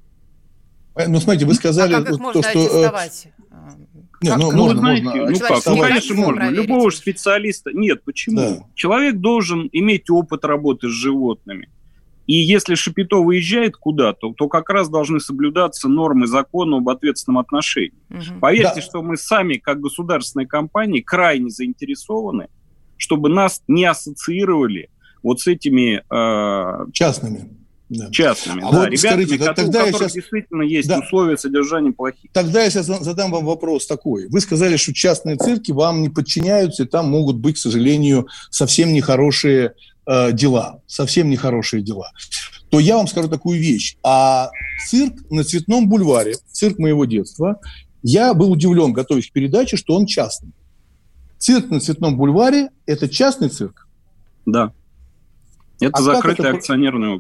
Speaker 2: Ну, смотрите, вы сказали...
Speaker 3: А как их можно
Speaker 2: то, что,
Speaker 3: аттестовать?
Speaker 2: Нет, ну,
Speaker 4: ну,
Speaker 2: можно,
Speaker 4: знаете,
Speaker 2: можно.
Speaker 4: Ну, как? Ну, конечно, можно. Проверить. Любого же специалиста... Нет, почему? Да. Человек должен иметь опыт работы с животными. И если шапито выезжает куда-то, то как раз должны соблюдаться нормы закона об ответственном отношении. Угу. Поверьте, да. что мы сами, как государственная компания, крайне заинтересованы, чтобы нас не ассоциировали вот с этими... Э,
Speaker 2: частными.
Speaker 4: Да. Частными,
Speaker 2: а
Speaker 4: да,
Speaker 2: вот
Speaker 4: ребятами,
Speaker 2: скажите,
Speaker 4: которые,
Speaker 2: тогда
Speaker 4: у которых
Speaker 2: сейчас...
Speaker 4: действительно есть
Speaker 2: да.
Speaker 4: условия содержания плохие.
Speaker 2: Тогда я сейчас задам вам вопрос такой. Вы сказали, что частные цирки вам не подчиняются, и там могут быть, к сожалению, совсем нехорошие э, дела. Совсем нехорошие дела. То я вам скажу такую вещь. А цирк на Цветном бульваре, цирк моего детства, я был удивлен, готовясь к передаче, что он частный. Цирк на Цветном бульваре – это частный цирк?
Speaker 4: Да. Это
Speaker 2: а
Speaker 4: закрытое
Speaker 2: это...
Speaker 4: акционерное общество.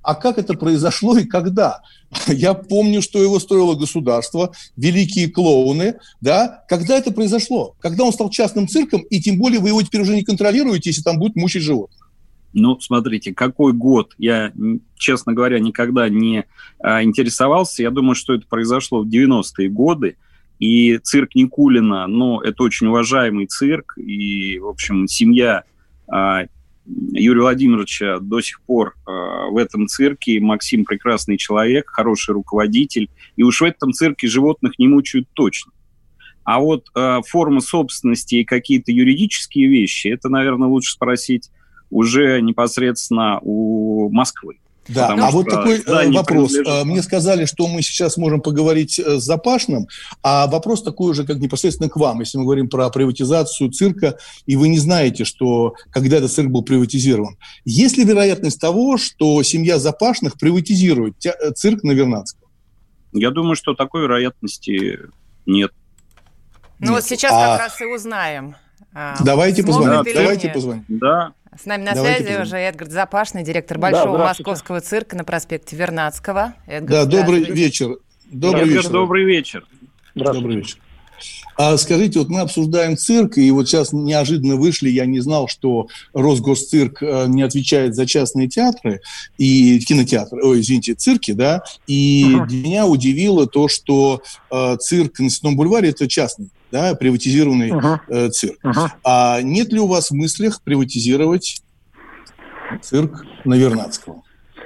Speaker 2: А как это произошло и когда? Я помню, что его строило государство, великие клоуны, да? Когда это произошло? Когда он стал частным цирком, и тем более вы его теперь уже не контролируете, если там будет мучить животных.
Speaker 4: Ну, смотрите, какой год? Я, честно говоря, никогда не а, интересовался. Я думаю, что это произошло в девяностые годы. И цирк Никулина, ну, это очень уважаемый цирк. И, в общем, семья а, Юрия Владимировича до сих пор а, в этом цирке. Максим прекрасный человек, хороший руководитель. И уж в этом цирке животных не мучают точно. А вот а, форма собственности и какие-то юридические вещи, это, наверное, лучше спросить уже непосредственно у Москвы.
Speaker 2: Да, а вот такой вопрос. Принадлежит... Мне сказали, что мы сейчас можем поговорить с Запашным, а вопрос такой уже как непосредственно к вам, если мы говорим про приватизацию цирка, и вы не знаете, что когда-то цирк был приватизирован. Есть ли вероятность того, что семья Запашных приватизирует цирк на Вернадского?
Speaker 4: Я думаю, что такой вероятности нет.
Speaker 3: Ну вот сейчас а... как раз и узнаем.
Speaker 2: Давайте позвоним. Да, давайте позвоним.
Speaker 4: Да.
Speaker 3: С нами на Давайте связи позвоним. Уже Эдгард Запашный, директор Большого да, Московского цирка на проспекте Вернадского.
Speaker 2: Эдгард, да, добрый вечер. Добрый
Speaker 4: Эдгард,
Speaker 2: вечер.
Speaker 4: Добрый вечер.
Speaker 2: Добрый вечер. А скажите, вот мы обсуждаем цирк, и вот сейчас неожиданно вышли, я не знал, что Росгосцирк не отвечает за частные театры и кинотеатры, ой, извините, цирки, да, и uh-huh. меня удивило то, что э, цирк на Сенном бульваре – это частный, да, приватизированный uh-huh. э, цирк. Uh-huh. А нет ли у вас в мыслях приватизировать цирк на Вернадского?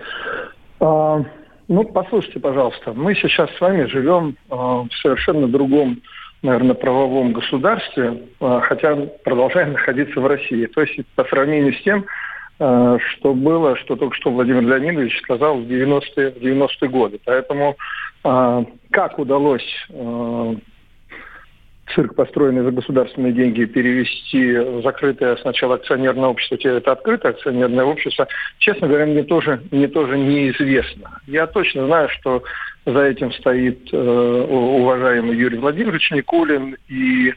Speaker 16: Uh, ну, послушайте, пожалуйста, мы сейчас с вами живем uh, в совершенно другом, наверное, правовом государстве, хотя продолжаем находиться в России. То есть по сравнению с тем, что было, что только что Владимир Леонидович сказал в девяностые, в девяностые годы. Поэтому как удалось цирк, построенный за государственные деньги, перевести в закрытое сначала акционерное общество, теперь это открытое акционерное общество, честно говоря, мне тоже, мне тоже неизвестно. Я точно знаю, что за этим стоит э, уважаемый Юрий Владимирович Никулин и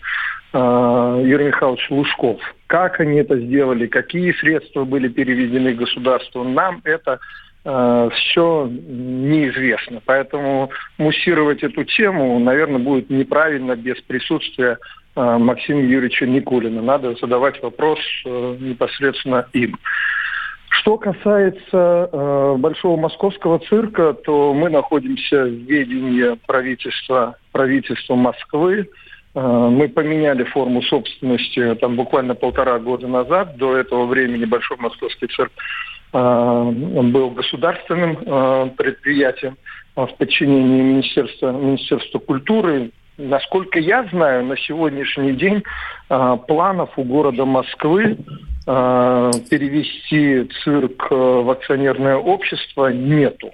Speaker 16: э, Юрий Михайлович Лужков. Как они это сделали, какие средства были переведены государству, нам это э, все неизвестно. Поэтому муссировать эту тему, наверное, будет неправильно без присутствия э, Максима Юрьевича Никулина. Надо задавать вопрос э, непосредственно им. Что касается э, Большого Московского цирка, то мы находимся в ведении правительства, правительства Москвы. Э, мы поменяли форму собственности там, буквально полтора года назад. До этого времени Большой Московский цирк э, был государственным э, предприятием э, в подчинении Министерства, Министерства культуры. Насколько я знаю, на сегодняшний день э, планов у города Москвы э, перевести цирк э, в акционерное общество нету.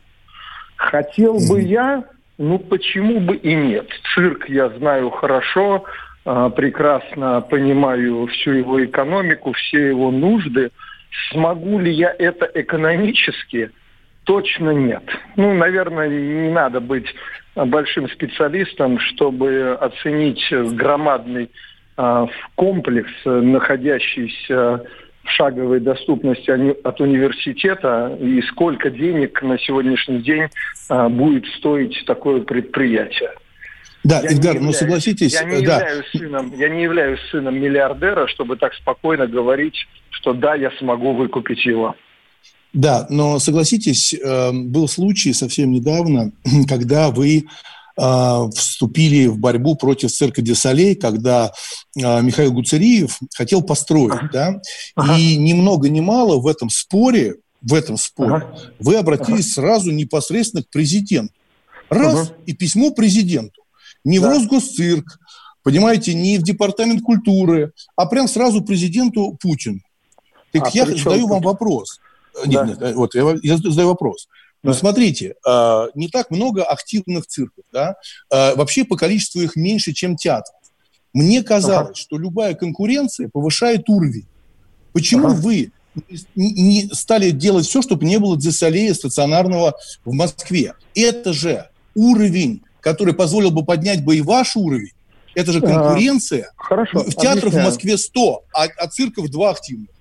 Speaker 16: Хотел бы я, ну почему бы и нет. Цирк я знаю хорошо, э, прекрасно понимаю всю его экономику, все его нужды. Смогу ли я это экономически? Точно нет. Ну, наверное, не надо быть большим специалистом, чтобы оценить громадный э, комплекс, находящийся в шаговой доступности от университета, и сколько денег на сегодняшний день э, будет стоить такое предприятие.
Speaker 2: Да, я Эдгар, ну согласитесь...
Speaker 16: Я не,
Speaker 2: да.
Speaker 16: являюсь сыном, я не являюсь сыном миллиардера, чтобы так спокойно говорить, что да, я смогу выкупить его.
Speaker 2: Да, но согласитесь, был случай совсем недавно, когда вы вступили в борьбу против цирка де Солей, когда Михаил Гуцериев хотел построить, ага. да, ага. и ни много ни мало в этом споре, в этом споре ага. вы обратились ага. сразу непосредственно к президенту. Раз, ага. и письмо президенту. Не да. в Росгосцирк, понимаете, не в Департамент культуры, а прям сразу президенту Путину. Так а я задаю вам вопрос. Нет, да. нет, вот я, я задаю вопрос. Да. Ну, смотрите, э, не так много активных цирков, да? Э, вообще по количеству их меньше, чем театров. Мне казалось, ага. что любая конкуренция повышает уровень. Почему ага. вы не, не стали делать все, чтобы не было де Солея стационарного в Москве? Это же уровень, который позволил бы поднять бы и ваш уровень. Это же конкуренция.
Speaker 16: А, хорошо,
Speaker 2: в театрах объясняю. В Москве сто, а, а цирков два активных.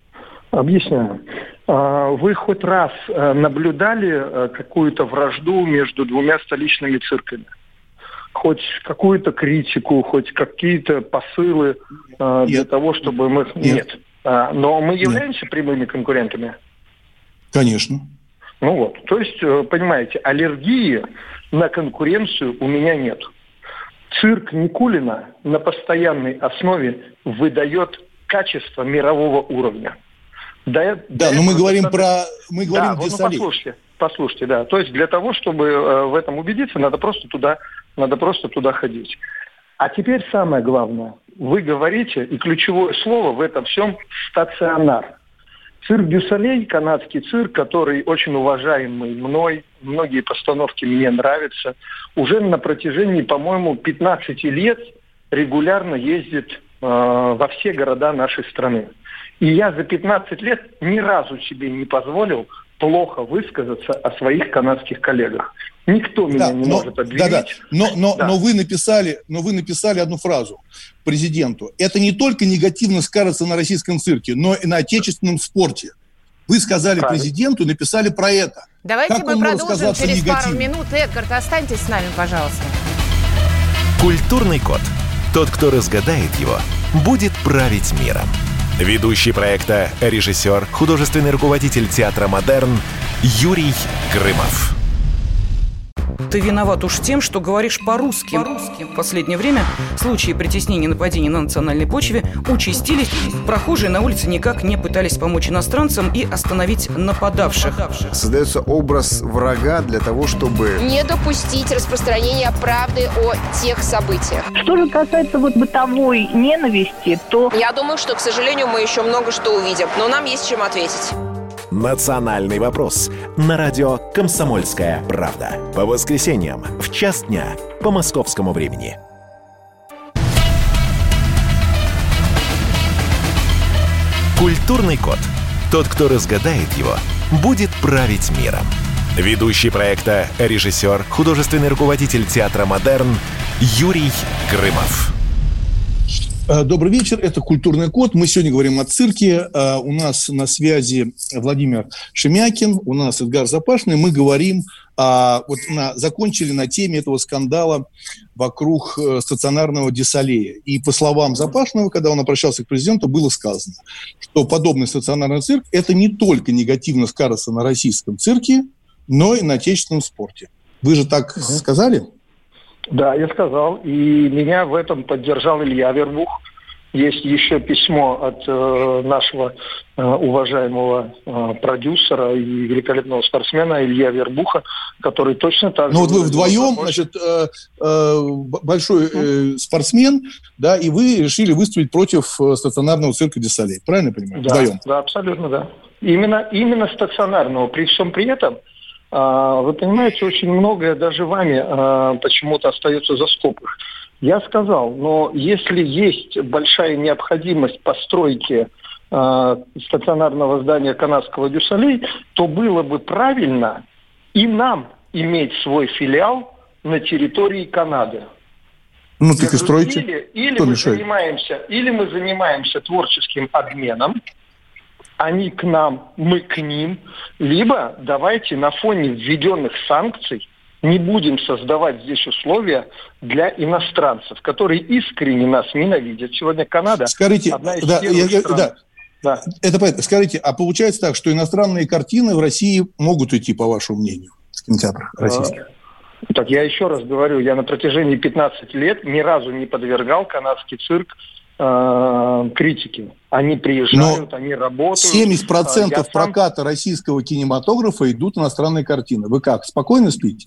Speaker 16: Объясняю. Вы хоть раз наблюдали какую-то вражду между двумя столичными цирками? Хоть какую-то критику, хоть какие-то посылы э, для того, чтобы мы... Нет. Нет. А, но мы являемся Нет. прямыми конкурентами?
Speaker 2: Конечно.
Speaker 16: Ну вот. То есть, понимаете, аллергии на конкуренцию у меня нет. Цирк Никулина на постоянной основе выдает качество мирового уровня.
Speaker 2: Да, да но мы говорим это... про... Мы говорим
Speaker 16: да, ну, послушайте, послушайте, да. То есть для того, чтобы э, в этом убедиться, надо просто туда... Надо просто туда ходить. А теперь самое главное. Вы говорите, и ключевое слово в этом всем – стационар. Цирк дю Солей, канадский цирк, который очень уважаемый мной, многие постановки мне нравятся, уже на протяжении, по-моему, пятнадцать лет регулярно ездит э, во все города нашей страны. И я за пятнадцать лет ни разу себе не позволил плохо высказаться о своих канадских коллегах. Никто меня да, не но, может обвинить. Да, да.
Speaker 2: Но, но, да. но, вы написали, но вы написали одну фразу президенту. Это не только негативно скажется на российском цирке, но и на отечественном спорте. Вы сказали как? президенту, написали про это.
Speaker 3: Давайте
Speaker 2: как
Speaker 3: мы продолжим через негативно? пару минут. Эдгард, останьтесь с нами, пожалуйста.
Speaker 1: Культурный код. Тот, кто разгадает его, будет править миром. Ведущий проекта, режиссер, художественный руководитель театра «Модерн» Юрий Грымов.
Speaker 17: Ты виноват уж тем, что говоришь по-русски. по-русски. В последнее время случаи притеснения и нападений на национальной почве участились. Прохожие на улице никак не пытались помочь иностранцам и остановить нападавших.
Speaker 18: Создается образ врага для того, чтобы...
Speaker 19: не допустить распространения правды о тех событиях.
Speaker 20: Что же касается вот бытовой ненависти, то...
Speaker 19: Я думаю, что, к сожалению, мы еще много что увидим, но нам есть чем ответить.
Speaker 1: «Национальный вопрос» на радио «Комсомольская правда». По воскресеньям в час дня по московскому времени. Культурный код. Тот, кто разгадает его, будет править миром. Ведущий проекта, режиссер, художественный руководитель театра «Модерн» Юрий Грымов.
Speaker 2: Добрый вечер, это «Культурный код». Мы сегодня говорим о цирке. У нас на связи Владимир Шемякин, у нас Эдгар Запашный. Мы говорим, вот на, закончили на теме этого скандала вокруг стационарного дю Солея. И по словам Запашного, когда он обращался к президенту, было сказано, что подобный стационарный цирк – это не только негативно скажется на российском цирке, но и на отечественном спорте. Вы же так угу. сказали?
Speaker 16: Да, я сказал, и меня в этом поддержал Илья Вербух. Есть еще письмо от э, нашего э, уважаемого э, продюсера и великолепного спортсмена Илья Вербуха, который точно так же...
Speaker 2: Ну вот вы вдвоем, значит, э, э, большой э, спортсмен, да, и вы решили выступить против э, стационарного цирка дю Солей. Правильно я понимаю?
Speaker 16: Да,
Speaker 2: вдвоем.
Speaker 16: Да, абсолютно, да. Именно, именно стационарного. При всем при этом... Вы понимаете, очень многое даже вами почему-то остается за скобках. Я сказал, но если есть большая необходимость постройки стационарного здания канадского дю Солей, то было бы правильно и нам иметь свой филиал на территории Канады.
Speaker 2: Ну, так и стройте.
Speaker 16: Или, или, мы занимаемся, или мы занимаемся творческим обменом, они к нам, мы к ним, либо давайте на фоне введенных санкций не будем создавать здесь условия для иностранцев, которые искренне нас ненавидят. Сегодня Канада
Speaker 2: Скажите,
Speaker 16: одна из
Speaker 2: да,
Speaker 16: первых
Speaker 2: я,
Speaker 16: стран.
Speaker 2: Да. Да. Это понятно. Скажите, а получается так, что иностранные картины в России могут идти, по вашему мнению, в кинотеатрах российских?
Speaker 16: А, так я еще раз говорю, я на протяжении пятнадцати лет ни разу не подвергал канадский цирк критики. Они приезжают, Но они работают.
Speaker 2: семьдесят процентов сам... проката российского кинематографа идут иностранные картины. Вы как, спокойно спите?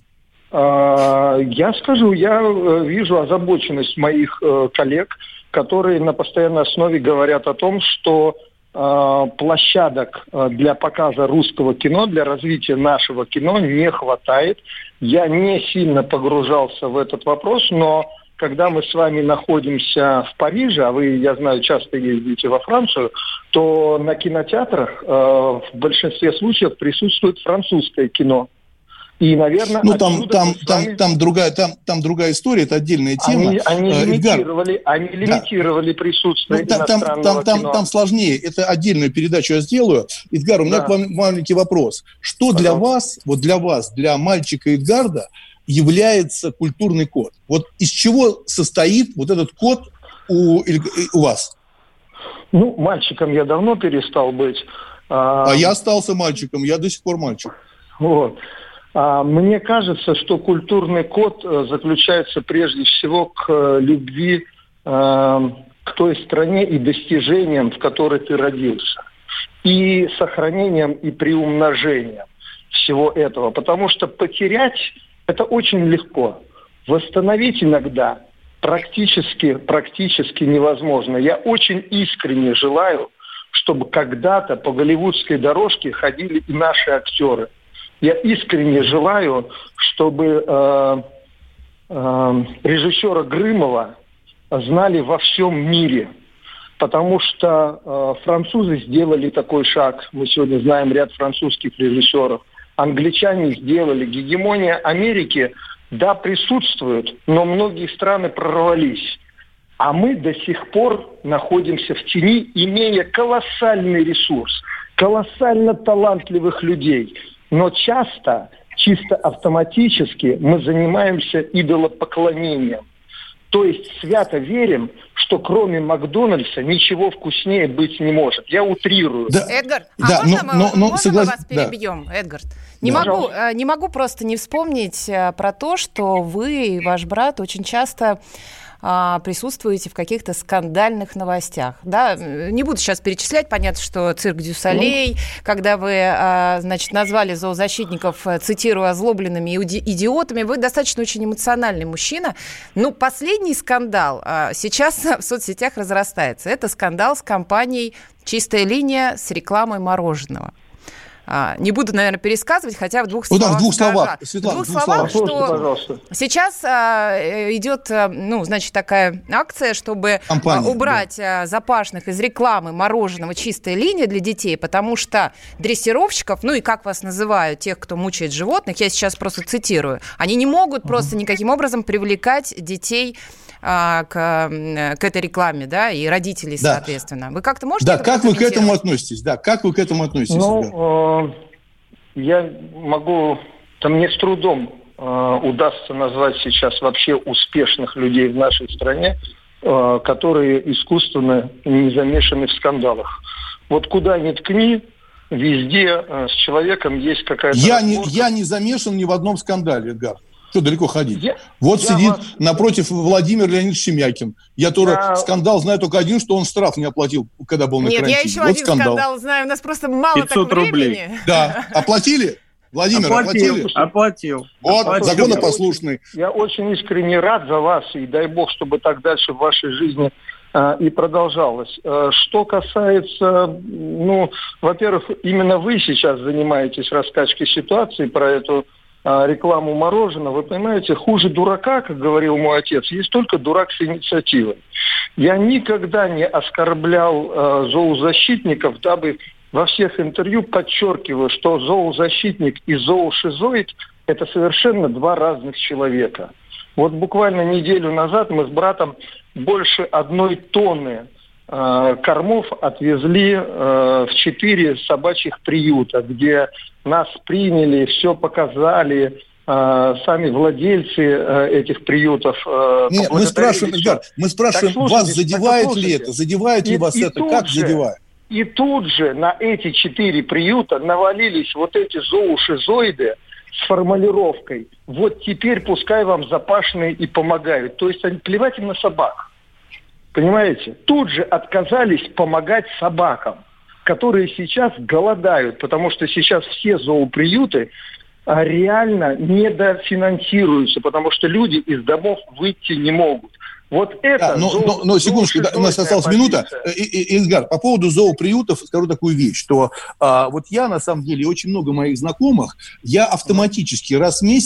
Speaker 16: Я скажу, я вижу озабоченность моих коллег, которые на постоянной основе говорят о том, что площадок для показа русского кино, для развития нашего кино не хватает. Я не сильно погружался в этот вопрос, но когда мы с вами находимся в Париже, а вы, я знаю, часто ездите во Францию, то на кинотеатрах э, в большинстве случаев присутствует французское кино. И, наверное,
Speaker 2: ну там, там, там, вами... там, другая, там, там другая история, это отдельная тема.
Speaker 16: Они, они э, лимитировали, Эдгар, они лимитировали да. присутствие ну, там, иностранного
Speaker 2: там, там,
Speaker 16: кино.
Speaker 2: Там сложнее. Это отдельную передачу я сделаю. Эдгар, у меня да. к вам маленький вопрос. Что Пожалуйста. для вас, вот для вас, для мальчика Эдгарда является культурный код? Вот из чего состоит вот этот код у, у вас?
Speaker 16: Ну, мальчиком я давно перестал быть.
Speaker 2: А, а я остался мальчиком, я до сих пор мальчик.
Speaker 16: Вот. Мне кажется, что культурный код заключается прежде всего к любви к той стране и достижениям, в которой ты родился. И сохранением и приумножением всего этого. Потому что потерять это очень легко. Восстановить иногда практически, практически невозможно. Я очень искренне желаю, чтобы когда-то по голливудской дорожке ходили и наши актеры. Я искренне желаю, чтобы э, э, режиссера Грымова знали во всем мире. Потому что э, французы сделали такой шаг. Мы сегодня знаем ряд французских режиссеров. Англичане сделали. Гегемония Америки, да, присутствует, но многие страны прорвались. А мы до сих пор находимся в тени, имея колоссальный ресурс, колоссально талантливых людей. Но часто, чисто автоматически мы занимаемся идолопоклонением. То есть свято верим, что кроме Макдональдса ничего вкуснее быть не может. Я утрирую.
Speaker 3: Да, Эдгар, а да, можно, но, мы, но, можно соглас... мы вас перебьем, да. Эдгард? Не, да. могу, не могу просто не вспомнить про то, что вы и ваш брат очень часто присутствуете в каких-то скандальных новостях. Да? Не буду сейчас перечислять, понятно, что цирк Дю Солей, ну. когда вы, значит, назвали зоозащитников, цитирую, озлобленными идиотами, вы достаточно очень эмоциональный мужчина. Ну, последний скандал сейчас в соцсетях разрастается. Это скандал с компанией «Чистая линия» с рекламой мороженого. А, не буду, наверное, пересказывать, хотя в двух словах.
Speaker 2: Ну, да, в двух
Speaker 3: скажу.
Speaker 2: словах. Светлана,
Speaker 3: в двух словах,
Speaker 16: словах
Speaker 3: что сейчас а, идет, ну, значит, такая акция, чтобы Компания, а, убрать да. запашных из рекламы мороженого «Чистая линия» для детей, потому что дрессировщиков, ну и как вас называют, тех, кто мучает животных, я сейчас просто цитирую, они не могут просто никаким образом привлекать детей к, к этой рекламе, да, и родителей, да. соответственно. Вы как-то можете...
Speaker 2: Да, как вы к этому относитесь? Да, как вы к этому относитесь?
Speaker 16: Ну, э, я могу... Да мне с трудом э, удастся назвать сейчас вообще успешных людей в нашей стране, э, которые искусственно не замешаны в скандалах. Вот куда ни ткни, везде э, с человеком есть какая-то...
Speaker 2: Я не, я не замешан ни в одном скандале, Эдгар. Что далеко ходить? Я, вот я сидит вас... напротив Владимир Леонидович Шемякин. Я тоже я... скандал знаю только один, что он штраф не оплатил, когда был на
Speaker 3: Нет,
Speaker 2: карантине.
Speaker 3: Нет, я еще
Speaker 2: вот
Speaker 3: один
Speaker 2: скандал.
Speaker 3: скандал знаю. У нас просто мало так времени.
Speaker 2: Да. Оплатили? Владимир,
Speaker 4: оплатил,
Speaker 2: оплатили?
Speaker 4: Оплатил.
Speaker 2: Вот,
Speaker 4: оплатил.
Speaker 2: законопослушный.
Speaker 16: Я, я очень искренне рад за вас, и дай бог, чтобы так дальше в вашей жизни э, и продолжалось. Э, что касается, ну, во-первых, именно вы сейчас занимаетесь раскачкой ситуации про эту рекламу мороженого, вы понимаете, хуже дурака, как говорил мой отец, есть только дурак с инициативой. Я никогда не оскорблял э, зоозащитников, дабы во всех интервью подчеркиваю, что зоозащитник и зоошизоид – это совершенно два разных человека. Вот буквально неделю назад мы с братом больше одной тонны э, кормов отвезли э, в четыре собачьих приюта, где нас приняли, все показали, э, сами владельцы э, этих приютов. Э,
Speaker 2: Нет, мы спрашиваем, Эдгар, мы спрашиваем, так, вас задевает ли это? Задевает ли и, вас и это? Как же, задевает?
Speaker 16: И тут же на эти четыре приюта навалились вот эти зоошизоиды с формулировкой: вот теперь пускай вам запашные и помогают. То есть они плевать им на собак. Понимаете? Тут же отказались помогать собакам, которые сейчас голодают, потому что сейчас все зооприюты а, реально недофинансируются, потому что люди из домов выйти не могут. Вот это...
Speaker 2: Да, но, зоо, но, но секундочку, да, у нас осталась минута. Эдгар, по поводу зооприютов скажу такую вещь, что а, вот я, на самом деле, очень много моих знакомых, я автоматически раз в месяц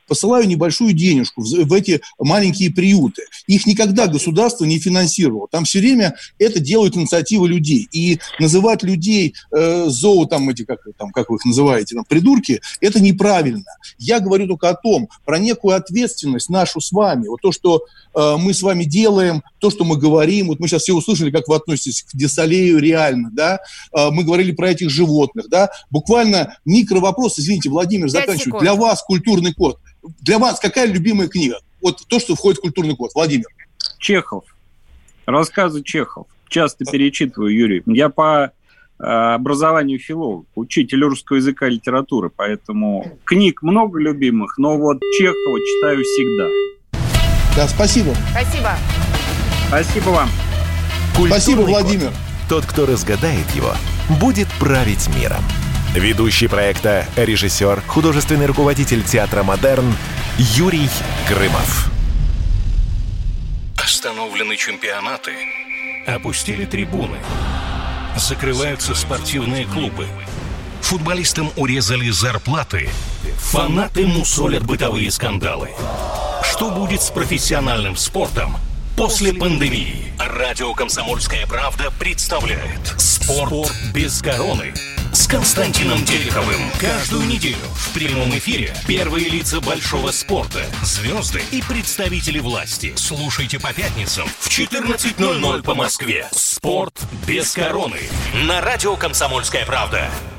Speaker 2: посылаю небольшую денежку в, в эти маленькие приюты. Их никогда государство не финансировало. Там все время это делают инициативы людей. И называть людей э, зоо, там эти, как, там, как вы их называете, там, придурки, это неправильно. Я говорю только о том, про некую ответственность нашу с вами. Вот то, что э, мы с вами делаем, то, что мы говорим. Вот мы сейчас все услышали, как вы относитесь к Десалею реально, да. Э, мы говорили про этих животных, да. Буквально микровопрос, извините, Владимир, заканчиваю. Для вас культурный код. Для вас какая любимая книга? Вот то, что входит в культурный код. Владимир.
Speaker 4: Чехов. Рассказы Чехов. Часто перечитываю, Юрий. Я по э, образованию филолог, учитель русского языка и литературы, поэтому книг много любимых, но вот Чехова читаю всегда.
Speaker 2: Да, спасибо.
Speaker 3: Спасибо.
Speaker 4: Спасибо вам.
Speaker 1: Культурный
Speaker 2: спасибо, Владимир.
Speaker 1: Код. Тот, кто разгадает его, будет править миром. Ведущий проекта, режиссер, художественный руководитель театра «Модерн» Юрий Грымов.
Speaker 21: Остановлены чемпионаты. Опустили трибуны. Закрываются спортивные клубы. Футболистам урезали зарплаты. Фанаты мусолят бытовые скандалы. Что будет с профессиональным спортом после пандемии? Радио «Комсомольская правда» представляет «Спорт без короны» с Константином Тереховым. Каждую неделю в прямом эфире первые лица большого спорта, звезды и представители власти. Слушайте по пятницам в четырнадцать ноль ноль по Москве. «Спорт без короны» на радио «Комсомольская правда».